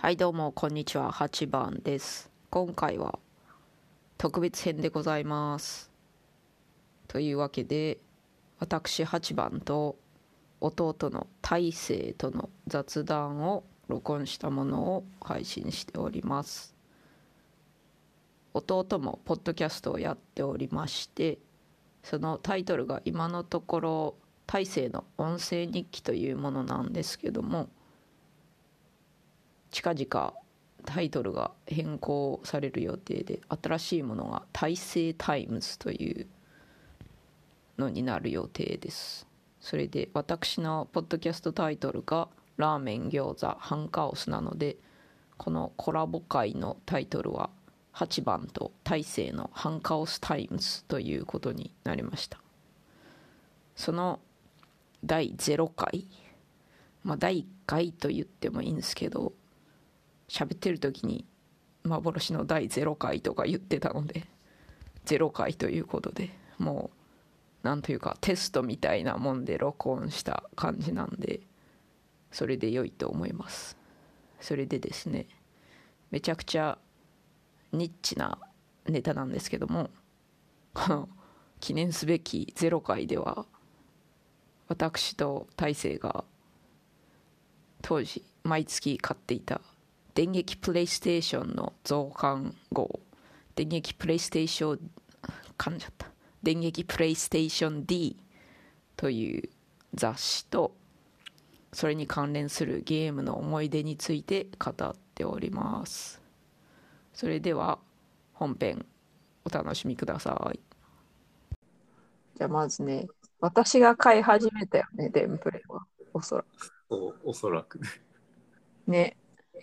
はいどうもこんにちは、8番です。今回は特別編でございます。というわけで、私8番と弟の大勢との雑談を録音したものを配信しております。弟もポッドキャストをやっておりまして、そのタイトルが今のところ大勢の音声日記というものなんですけども、近々タイトルが変更される予定で、新しいものが大勢タイムズというのになる予定です。それで私のポッドキャストタイトルがラーメン餃子ハンカオスなので、このコラボ会のタイトルは8番と大勢のハンカオスタイムズということになりました。その第0回、第1回と言ってもいいんですけど、喋ってる時に幻の第0回とか言ってたので、0回ということで、もうなんというかテストみたいなもんで録音した感じなんで、それで良いと思います。それでですね、めちゃくちゃニッチなネタなんですけども、この記念すべき0回では、私と大勢が当時毎月買っていた電撃プレイステーションの増刊号、電撃プレイステーション噛んじゃった電撃プレイステーション D という雑誌と、それに関連するゲームの思い出について語っております。それでは本編お楽しみください。じゃあまずね、私が買い始めたよね、デンプレは。おそらくおそらくね。 ね。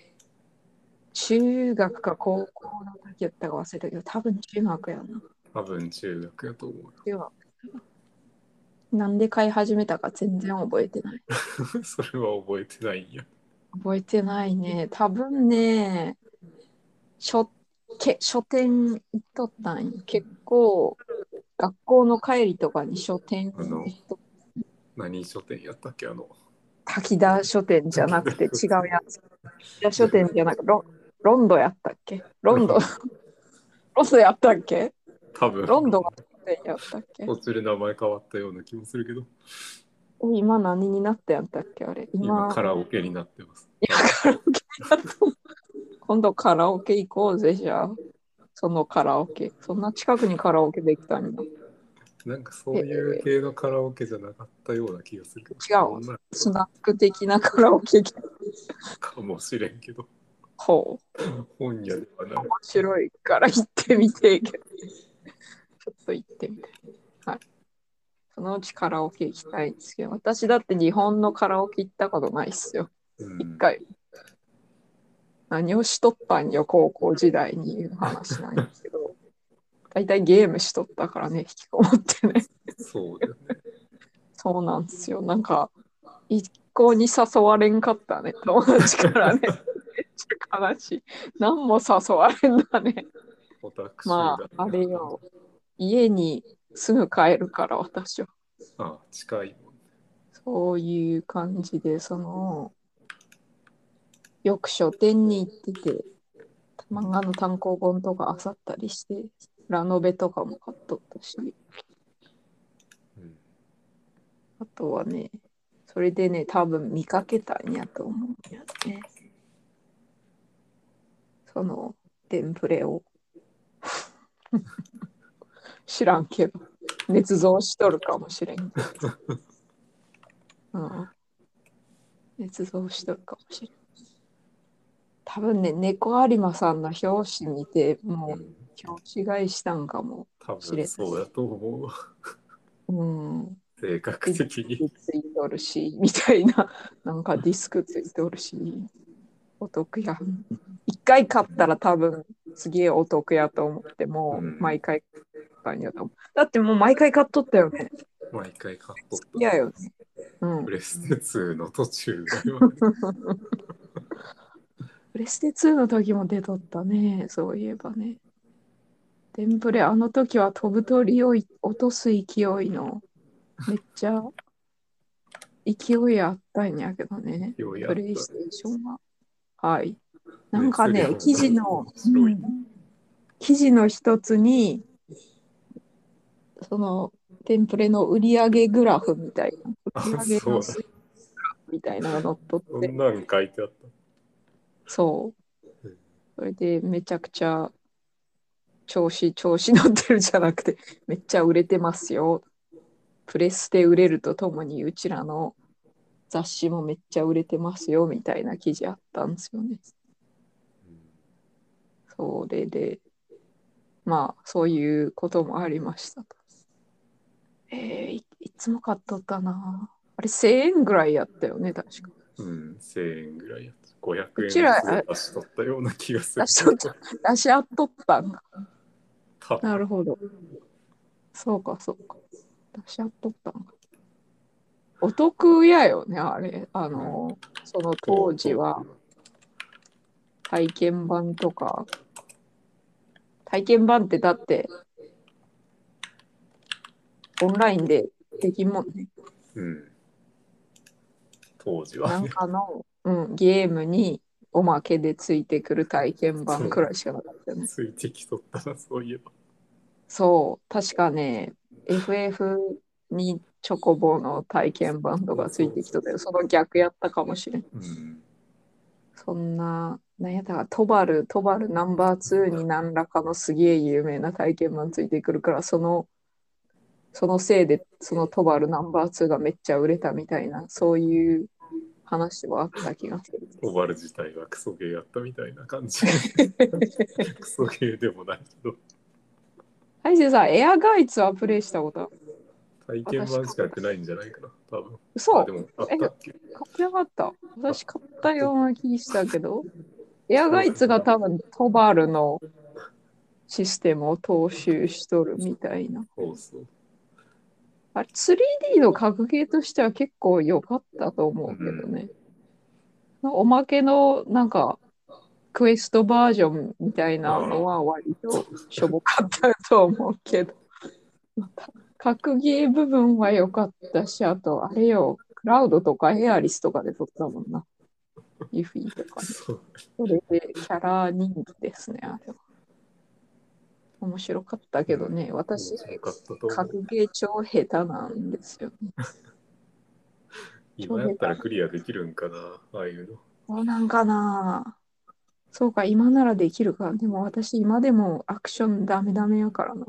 中学か高校の時やったか忘れたけど、多分中学やな。 多分中学やと思う中学。なんで買い始めたか全然覚えてない。 よ。それは覚えてないんや。 覚えてないね。多分ね、書店行っとったんよ。結構、学校の帰りとかに書店行っと。 何書店やったっけ滝田書店じゃなくて違うやつ。滝田書店じゃなくて、ロンドやったっけロンド、ロンドやったっけ多分ロンドが書店やったっけ。 途中で名前変わったような気もするけど、 今何になったやったっけあれ。 今カラオケになってます。 カラオケだと。今度カラオケ行こうぜ、じゃあ。そのカラオケ。そんな近くにカラオケできたんだ。 なんかそういう系のカラオケじゃなかったような気がするけど、 違う。スナック的なカラオケかもしれんけど、 ほう。 本屋ではない。 面白いから行ってみてけど。ちょっと行ってみたい。はい。そのうちカラオケ行きたいんですけど、私だって日本のカラオケ行ったことないっすよ。一回。何をしとったんよ、高校時代にいう話なんですけど。大体ゲームしとったからね、引きこもってね。 そうだよね。 そうなんですよ。なんか、一向に誘われんかったね、友達からね。めっちゃ悲しい。何も誘われんだね。 オタク集ま団。 あ、あれよ。家にすぐ帰るから、私は。 あ、近いもん。 そういう感じで、よく書店に行ってて、漫画の単行本とか漁ったりして、ラノベとかも買っとったし、あとはね、それでね、多分見かけたんやと思うんやね。その、テンプレを。知らんけど、捏造しとるかもしれんけど。うん。捏造しとるかもしれん。多分ね、猫有馬さんの表紙見て、もう、表紙買いしたんかも多分しれん。 そうだと思う。 うん。 性格的に。 ついとるし、みたいな、なんかディスクついとるし、お得や。一回買ったら多分、すげえお得やと思って、もう毎回買ったんやと思う。だってもう毎回買っとったよね。 毎回買っとった。 いやよね。うん。 プレステ2の途中だよ。 プレステ2の時も出とったね、そういえばね。テンプレ、あの時は飛ぶ鳥を落とす勢いの、めっちゃ勢いあったんやけどね、 勢いあったね。 プレイステーションは。はい。 なんかね、記事の、 白い。 記事の一つに、そのテンプレの売上グラフみたいな、売あ、 上そうだ。 の推移みたいなのが載っとっそて、 んなん書いてあっそう。 た。 それでめちゃくちゃ調子乗ってるじゃなくて、めっちゃ売れてますよ。プレスで売れるとともに、うちらの雑誌もめっちゃ売れてますよ、みたいな記事あったんですよね。それで、まあ、そういうこともありましたと。いつも買っとったな。あれ、1000円ぐらいやったよね、確か。 うん、1000円ぐらいやった。500 うちら、 円ずつで出しとったような気がするけど。 出しとった、出し合っとったんか。 多分なるほど。そうか、そうか。出し合っとったんか。お得やよね、あれ。その当時は体験版とか、体験版ってだってオンラインでできんもんね。 うん。当時はなんね。 かの、ゲームにおまけでついてくる体験版くそう。 らいしかなかったよね。 ついてきとったな、そういえば。 そう、確かね、FF にチョコボの体験版とかついそうそうそてきとったよ。その逆やったかもしれん。 う。うん。 そんな、なんやったか、トバルナンバー2に何らかのすげえ有名な体験版ついてくるから、そのせいで、そのトバルナンバー2がめっちゃ売れたみたいな、そういう話はあった気がする。 オバル自体はクソゲーやったみたいな感じ。クソゲーでもないけど。 ハイセさん、エアガイツはプレイしたことある？ 体験私版しかやっ買った。 てないんじゃないかな、多分。あ、 嘘。 でもあっえ、買たっけ。 ってなかった。 あ、 私買ったような気したけど、エアガイツそうが多分トバルのシステムを踏襲しとるみたいな。 そうそう。 あれ、3D の格ゲーとしては結構良かったと思うけどうん。 ね。おまけのなんかクエストバージョンみたいなのあは割としょぼかったと思うけど、格ゲー部分は良かったし、あとあれよ、クラウドとかエアリスとかで撮ったもんな。ユフィとかね。 そう。 それでキャラ人気ですね、あれは。面白かったうん。 けどね、私、 面白かったと思う。 格ゲー超下手なんですよね。超今やったら下手。 クリアできるんかな、ああいうの。 そうなんかな。そうか、今ならできるか。でも私、今でもアクションダメダメやからな。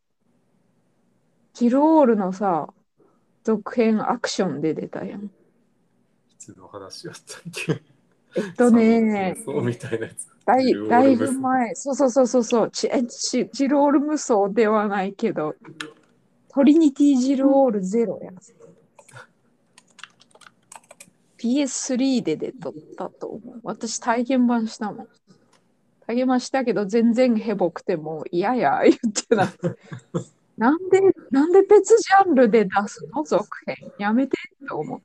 ジロールのさ、続編アクションで出たやん。 いつの話やったっけ。サム無ね、 双みたいなやつ。ジルオーだいル無双。 ぶ前。そう。ジロール無双ではないけど、トリニティジロールゼロや。PS3 で出とったと思う。私体験版したもん。体験版したけど全然ヘボくてもう嫌や言ってな。なんで別ジャンルで出すの続編。やめてと思う。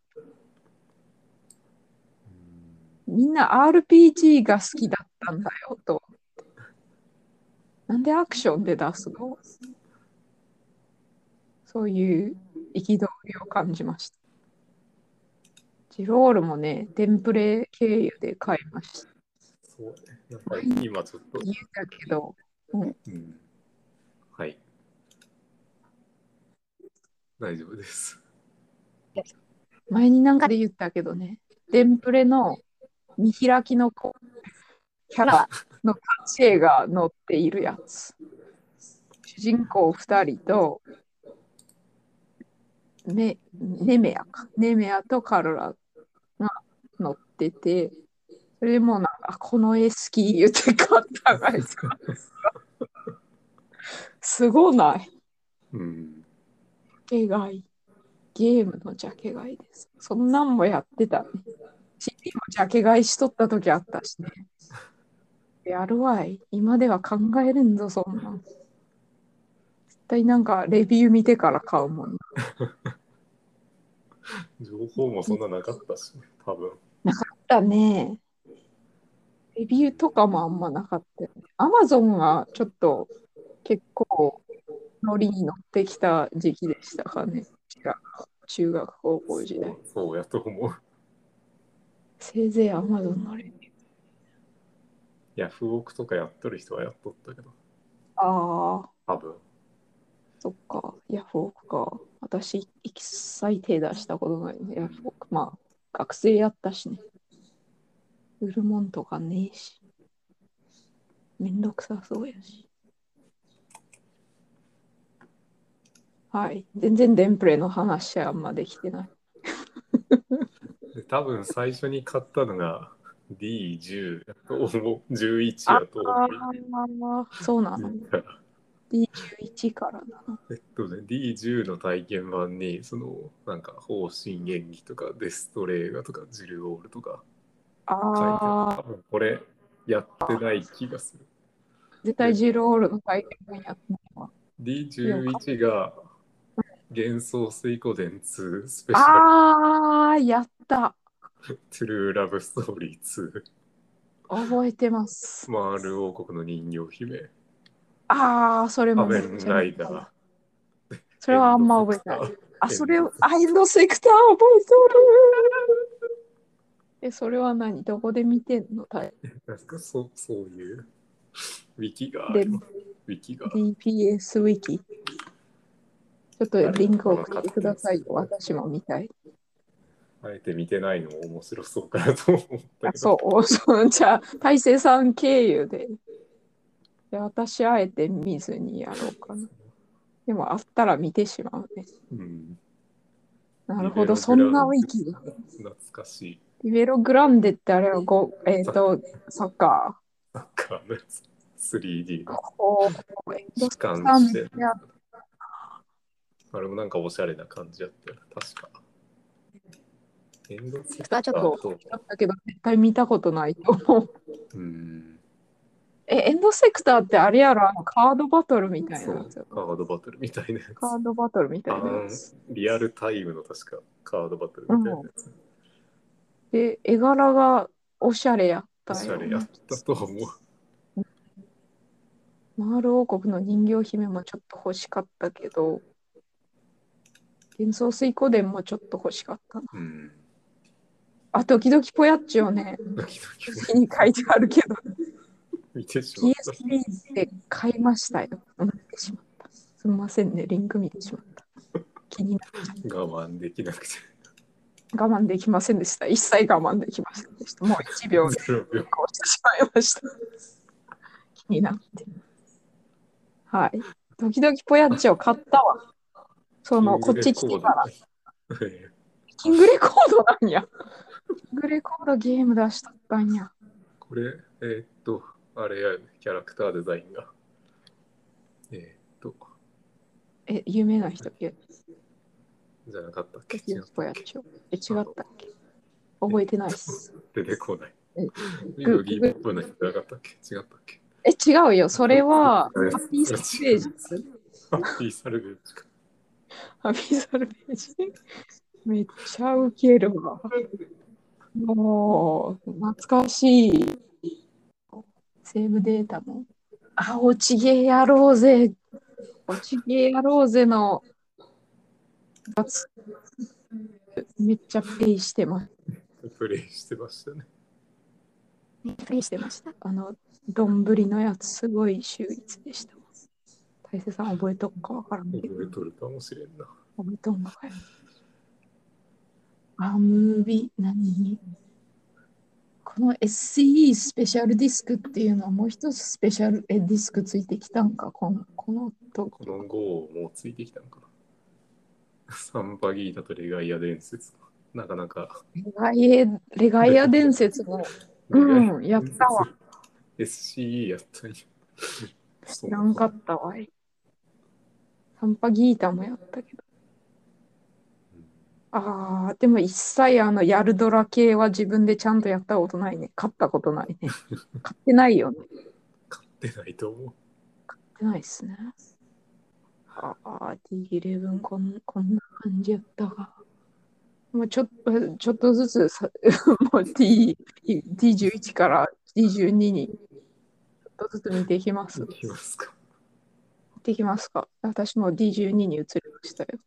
みんな RPG が好きだったんだよと。なんでアクションで出すの？そういう憤りを感じました。ジロールもね、テンプレ経由で買いました。 そうね。なんか今ちょっと。 言ったけど、うん、 うん。はい。大丈夫です。 前になんかで言ったけどね、テンプレの見開きのキャラの知恵が載っているやつ。主人公2人とネメアとカルラが載ってて、それもなんか、この絵好き言って買ったがいすごない？ うん。 ジャケ買い。ゲームのジャケ買いです。そんなんもやってたね。CD もジャケ買いしとった時あったしね。やるわい。今では考えれんぞ、そんなん。絶対なんかレビュー見てから買うもんな。 情報もそんななかったしね、多分。 なかったね。レビューとかもあんまなかったよね。アマゾンがちょっと結構ノリに乗ってきた時期でしたかね。中学高校時代。 そうやと思う。 せいぜいアマゾンのレビュー。 ヤフオクとかやっとる人はやっとったけど、 ああ、 多分。 そっか。ヤフオクか。私、一切手出したことないね。ヤフオク。まあ、学生やったしね。売るもんとかねえし。めんどくさそうやし。はい。全然デンプレの話はあんまできてない。 で多分最初に買ったのが D10 やと思う、11 あやと思う。 あ、そうなの。D11 からなの。 D10 の体験版に、なんか、方針演技とか、デストレーガとか、ジルオールとか書いてある。 ああ、 多分これ、やってない気がする。 絶対で、 ジロールの体験版やってないわ。よかっ D11 が幻想水湖伝2スペた。 シャルああ、やった。 トゥルーラブストーリー2、 覚えてます。 マール王国の人形姫、 ああ、それもめっち仮面ゃ見たわ。 ライダー、 それはあんエンドま覚えてない。 セクター、 あ、それ、 エンドセクエンドセクター覚えとる。え、それは何どこで見てんのなんかそういうウィキがあで、 ります。ウィキが。 DPS ウィキ。ちょっと誰リンクかが送ってく書くやつ。 ださいよ。私も見たい。 あえて見てないのも面白そうかなと思ったあ、 けど。 そう、そう、じゃあ、大勢さん経由で。私、あえて見ずにやろうかな。でも、あったら見てしまうね。 うん。 なるほど、 リベロそんなグラウンウィキが。 ド、懐かしい。 リベログランデってあれはサッサッカカーのやつ。3D ー。 の。 こう、 主観さんめっ視点。 ちゃ、 あれもなんかおしゃれな感じやったよね。確か。エンドセクちょっと、 ターと、 だけど、絶対見たことないと思う。 うん。 エンドセクターってあれやろ、カードバトルみたいそう、 なやつやろ。 カードバトルみたいなやつ。 カードバトルみたいなやつ。 リアルタイムの確かカードバトルうん。 みたいなやつ。 で、絵柄がおしゃれやっおたよ。 しゃれやったと思う。 マール王国の人形姫もちょっと欲しかったけど、幻想水湖伝もちょっと欲しかったな。 うん。 あ、時々ぽやっちをね、 ドキドキ次に書いてあるけど、 見てしまった。 PSP で買いましたよ。見てしまった。すみませんね、リンク見てしまった。気になっちゃっ我慢できなくて。 た。我慢できませんでした。一切我慢できませんでした。もう1秒で 0秒。 こうしてしまいました。気になって。はい。時々ぽやっちを買ったわ。こっち来てから。キングレコードなんや。キングレコードゲーム出しとったんや。 これ、あれやね、キャラクターデザインが。 有名な人じゃなかったっけ？ 時々ぽやっちを。違ったっけ覚えてないっす。 出てこない。 グギーポップの人じゃなかったっけ？違ったっけ？ 違うよ。それは、ハッピーサルベージ。 ハッピーサルベージか。 ハッピーサルベージ。めっちゃウケるわ。もう、懐かしい。セーブデータも。あ、落ちゲーやろうぜ。落ちゲーやろうぜのやつ、めっちゃプレイしてます。 プレイしてましたね。 プレイしてました。丼のやつ、すごい秀逸でした。大勢さん覚えとくかわからんけど。 覚えとるかもしれんな。 覚えとんのかよ。ムービー、何この SCE スペシャルディスクっていうのはもう一つスペシャルディスクついてきたんか、この時。 この号もうついてきたのかな。サンパギータとレガイア伝説。なかなか。 レガイア伝説も、やったわ。 SCE やったんや。 知らんかったわい。サンパギータもやったけど。でも一切ヤルドラ系は自分でちゃんとやったことないね。買ったことないね。買ってないよね。 買ってないと思う。 買ってないっすね。D11 こんな感じやったが。もうちょっとずつもう D11 から D12 にちょっとずつ見ていきます。 いきますか。 見ていきますか。私も D12 に移りましたよ。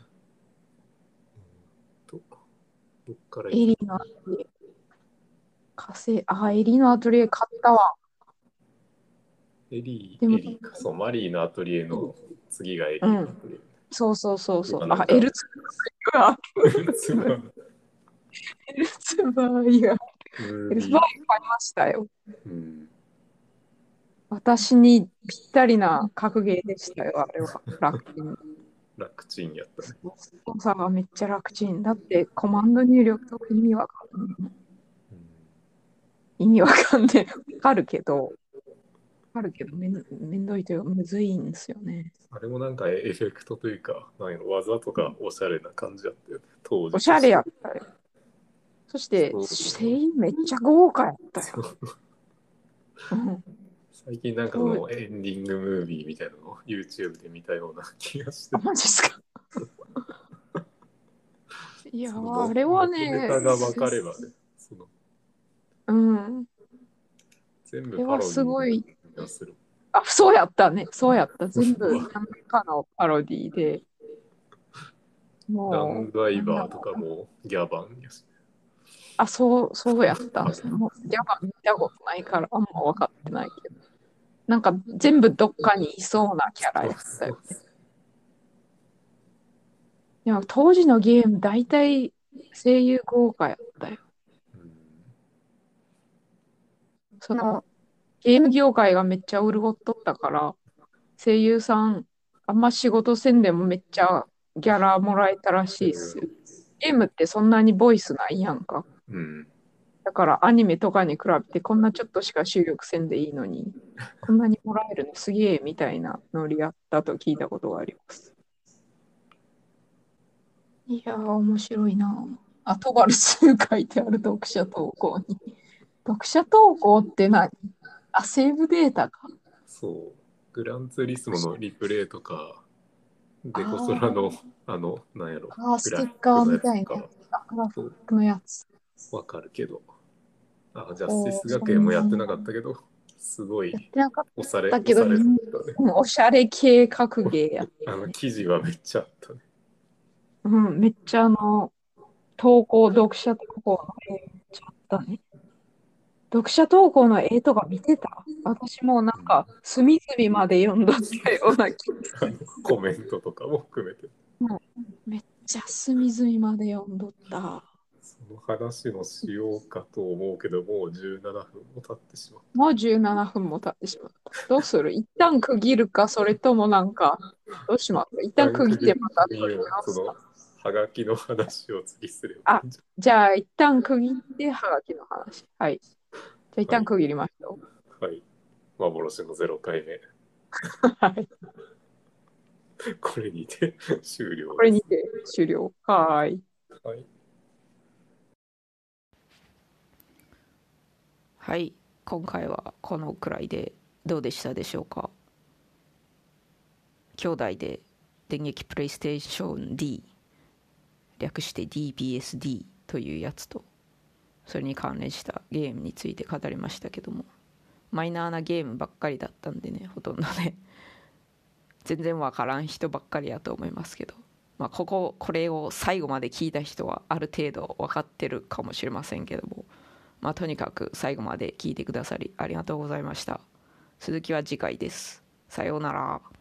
どっからエリーのエリのアトリエ買ったわ。 エリでも、 か。そう、マリーのアトリエの次がエリうん。 のアトリエ。 そうそうそうそう。 なんか、 エルツバーつまんエルツバーイが、 ムエルツバーイービー。 買いましたよ。 うん。 私にぴったりな格ゲーでしたよ、あれは。楽ちん。 楽ちんやったね。 操作がめっちゃ楽ちん。だってコマンド入力とか意味わかんない。意味わかんない。わかるけど、めんどいというかむずいんですよね。 あれもなんかエフェクトというか、なんやろ、技とかおしゃれな感じだったよね、当時おしゃれやとして。 ったよ。そしてそう声優めっちゃ豪華やったよ。うん、 最近なんかそのエンディングムービーみたいなのを YouTube で見たような気がして。 マジっすか。いやー、 あれはネね、 タが分かればね、そのうん。 全部あれはパロディーすごい。 な気がする。 そうやったね。そうやった。全部何かのパロディで。 ランもう、 ダイバーとかもギャバンやし。 そうやった。もう、ジャパン見たことないからあんま分かってないけど。なんか全部どっかにいそうなキャラやったよね。でも当時のゲーム大体声優豪華やったよ。そのゲーム業界がめっちゃ潤っとったから、声優さんあんま仕事せんでもめっちゃギャラもらえたらしいっすよ。ゲームってそんなにボイスないやんか。 うん。 だからアニメとかに比べてこんなちょっとしか収録せんでいいのに、こんなにもらえるのすげえみたいなノリやったと聞いたことがあります。いやー、面白いな。トバル2書いてある読者投稿に。読者投稿って何？セーブデータか。 そう。グランツーリスモのリプレイとか、デコソラのーなんやろ、 ステッグラフィックカーみのやつとかたいなやつ。グラフィックのやつ。 わかるけど、ジャスティス学園もやってなかったけど、すごいやってなかっ押されたけど、 てたね。 おしゃれ系格ゲーや。 記事はめっちゃあったね。 うん、めっちゃ読者投稿の絵めっちゃあったね。読者投稿の絵とか見てた？私もなんか隅々まで読んだったような気がする。 コメントとかも含めて。 めっちゃ隅々まで読んどった。 その話もしようかと思うけど、もう17分も経ってしまった。 もう17分も経ってしまった。どうする？一旦区切るか、それともなんか、どうします？一旦区切ってまた取り直すか。 はがきの話を次すればいいんじじゃあ一旦区切ってはがきの話。はい。じゃあ一旦区切りましょう。はい。幻の0回目。 はい。 これにて終了です。 これにて終了。はい。 はい。 はい、今回はこのくらいでどうでしたでしょうか。兄弟で電撃プレイステーション D 略して DPSD というやつと、それに関連したゲームについて語りましたけども、マイナーなゲームばっかりだったんでね、ほとんどね全然わからん人ばっかりやと思いますけど、これを最後まで聞いた人はある程度分かってるかもしれませんけども、とにかく最後まで聞いてくださりありがとうございました。続きは次回です。さようなら。